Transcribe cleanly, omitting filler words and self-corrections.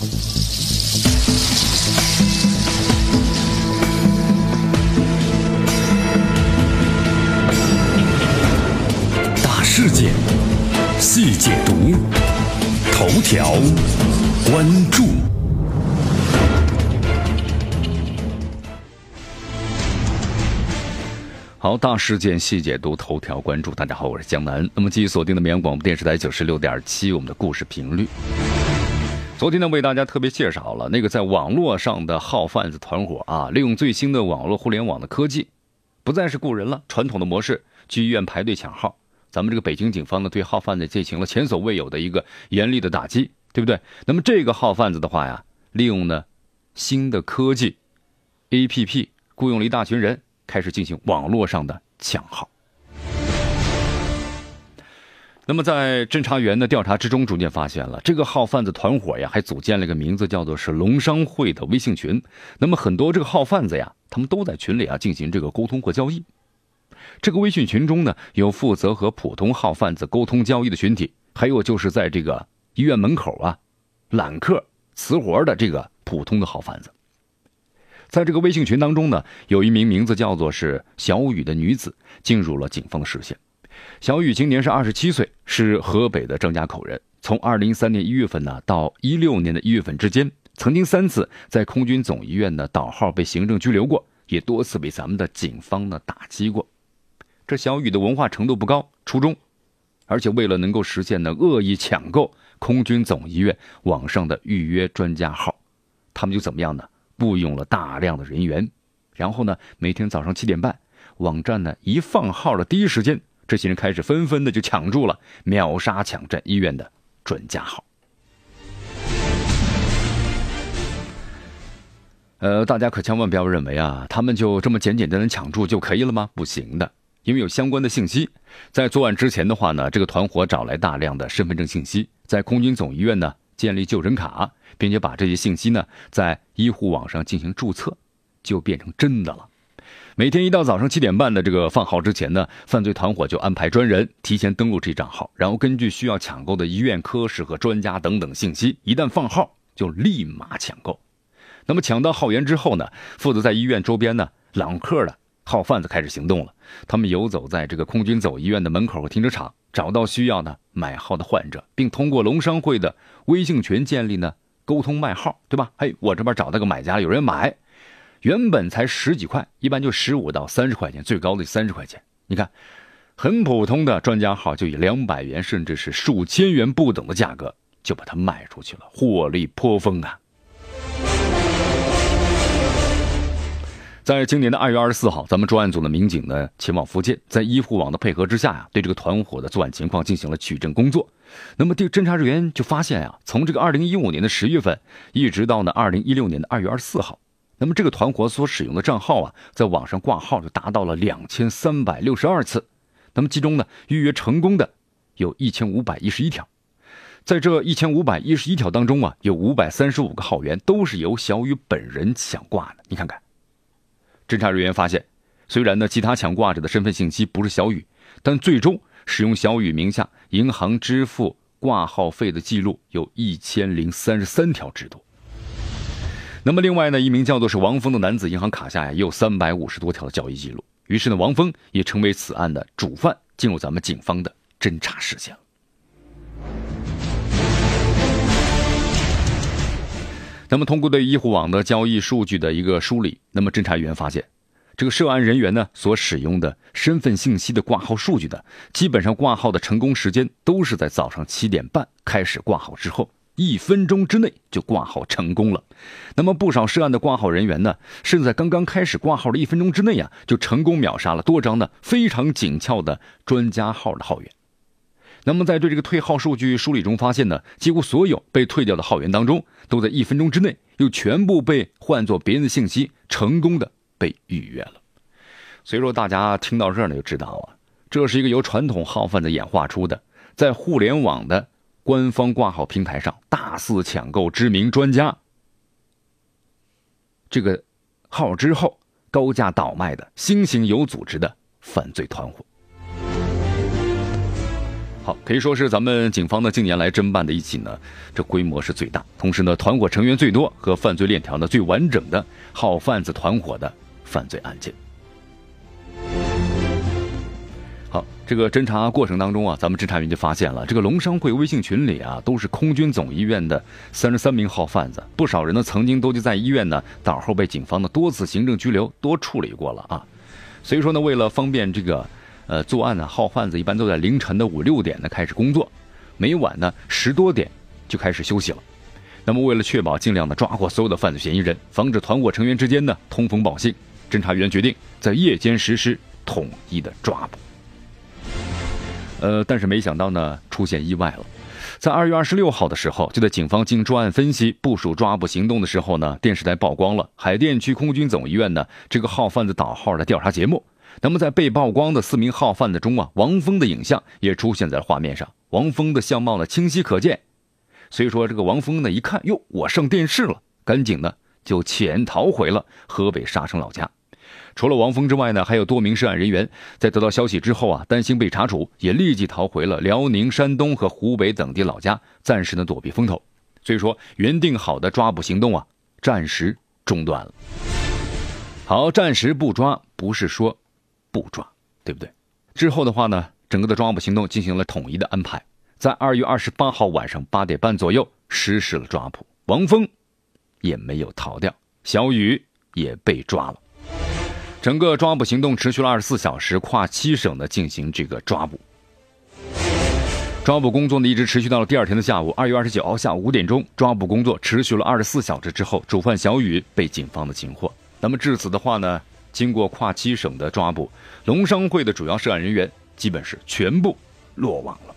大事件，细解读，头条关注。好，大事件细解读，头条关注。大家好，我是江南。那么继续锁定的绵阳广播电视台96.7，我们的故事频率。昨天呢，为大家特别介绍了那个在网络上的号贩子团伙啊，利用最新的网络互联网的科技，不再是雇人了，传统的模式去医院排队抢号。咱们这个北京警方呢，对号贩子进行了前所未有的一个严厉的打击，对不对？那么这个号贩子的话呀，利用呢新的科技 APP 雇佣了一大群人，开始进行网络上的抢号。那么在侦查员的调查之中，逐渐发现了这个号贩子团伙呀，还组建了一个名字叫做是龙商会的微信群。那么很多这个号贩子呀，他们都在群里啊进行这个沟通或交易。这个微信群中呢，有负责和普通号贩子沟通交易的群体，还有就是在这个医院门口啊揽客辞活的这个普通的号贩子。在这个微信群当中呢，有一名名字叫做是小雨的女子进入了警方的视线。小雨今年是27岁，是河北的张家口人。从2013年1月份呢到16年的1月份之间，曾经3次在空军总医院呢倒号被行政拘留过，也多次被咱们的警方呢打击过。这小雨的文化程度不高，初中，而且为了能够实现呢恶意抢购空军总医院网上的预约专家号，他们就怎么样呢？雇佣了大量的人员，然后呢，每天早上7点半，网站呢一放号的第一时间，这些人开始纷纷的就抢住了，秒杀抢占医院的专家号。大家可千万不要认为啊，他们就这么简简单单抢住就可以了吗？不行的，因为有相关的信息。在作案之前的话呢，这个团伙找来大量的身份证信息，在空军总医院呢建立就诊卡，并且把这些信息呢在医护网上进行注册，就变成真的了。每天一到早上7点半的这个放号之前呢，犯罪团伙就安排专人提前登录这账号，然后根据需要抢购的医院科室和专家等等信息，一旦放号就立马抢购。那么抢到号源之后呢，负责在医院周边呢揽客的号贩子开始行动了。他们游走在这个空军总医院的门口和停车场，找到需要呢买号的患者，并通过龙商会的微信群建立呢沟通卖号，对吧？我这边找到个买家，有人买，原本才10几块，一般就15到30块钱，最高的30块钱。你看，很普通的专家号就以200元甚至是数千元不等的价格就把它卖出去了，获利颇丰啊。在今年的2月24号，咱们专案组的民警呢前往福建，在医护网的配合之下呀，对这个团伙的作案情况进行了取证工作。那么侦查人员就发现呀，从这个2015年的10月份一直到呢2016年的2月24号，那么这个团伙所使用的账号啊，在网上挂号就达到了2362次。那么其中呢，预约成功的有1511条。在这1511条当中啊，有535个号源都是由小雨本人抢挂的。你看看，侦查人员发现，虽然呢其他抢挂者的身份信息不是小雨，但最终使用小雨名下银行支付挂号费的记录有1033条之多。那么另外呢，一名叫做是王峰的男子银行卡下呀也有350多条的交易记录。于是呢，王峰也成为此案的主犯，进入咱们警方的侦查视线了。那么通过对医护网的交易数据的一个梳理，那么侦查员发现，这个涉案人员呢所使用的身份信息的挂号数据呢，基本上挂号的成功时间都是在早上7点半开始挂号之后1分钟之内就挂号成功了。那么不少涉案的挂号人员呢，甚至在刚刚开始挂号的1分钟之内啊，就成功秒杀了多张呢非常紧俏的专家号的号源。那么在对这个退号数据梳理中发现呢，几乎所有被退掉的号源当中，都在1分钟之内又全部被换作别人的信息，成功的被预约了。所以说大家听到这儿呢就知道啊，这是一个由传统号贩子演化出的，在互联网的官方挂号平台上大肆抢购知名专家这个号之后高价倒卖的新型有组织的犯罪团伙。 好，可以说是咱们警方呢近年来侦办的一起呢，这规模是最大，同时呢团伙成员最多和犯罪链条呢最完整的号贩子团伙的犯罪案件。好，这个侦查过程当中啊，咱们侦查员就发现了，这个龙商会微信群里啊，都是空军总医院的33名号贩子，不少人呢曾经都就在医院呢倒后被警方呢多次行政拘留，多处理过了啊。所以说呢，为了方便这个作案呢，号贩子一般都在凌晨的5、6点呢开始工作，每晚呢10多点就开始休息了。那么为了确保尽量的抓获所有的犯罪嫌疑人，防止团伙成员之间呢通风报信，侦查员决定在夜间实施统一的抓捕。但是没想到呢，出现意外了。在2月26号的时候，就在警方经专案分析部署抓捕行动的时候呢，电视台曝光了海淀区空军总医院呢这个号贩子倒号的调查节目。那么在被曝光的4名号贩子中啊，王峰的影像也出现在了画面上，王峰的相貌呢清晰可见。所以说这个王峰呢一看，哟，我上电视了，赶紧呢就潜逃回了河北沙城老家。除了王峰之外呢，还有多名涉案人员在得到消息之后啊，担心被查处，也立即逃回了辽宁、山东和湖北等地老家，暂时呢躲避风头。所以说原定好的抓捕行动啊，暂时中断了。好，暂时不抓，不是说不抓，对不对？之后的话呢，整个的抓捕行动进行了统一的安排，在2月28号晚上8点半左右实施了抓捕，王峰也没有逃掉，小雨也被抓了。整个抓捕行动持续了24小时，跨7省的进行这个抓捕。抓捕工作呢一直持续到了第二天的下午，2月29号下午5点钟，抓捕工作持续了24小时之后，主犯小雨被警方的擒获。那么至此的话呢，经过跨7省的抓捕，龙商会的主要涉案人员基本是全部落网了。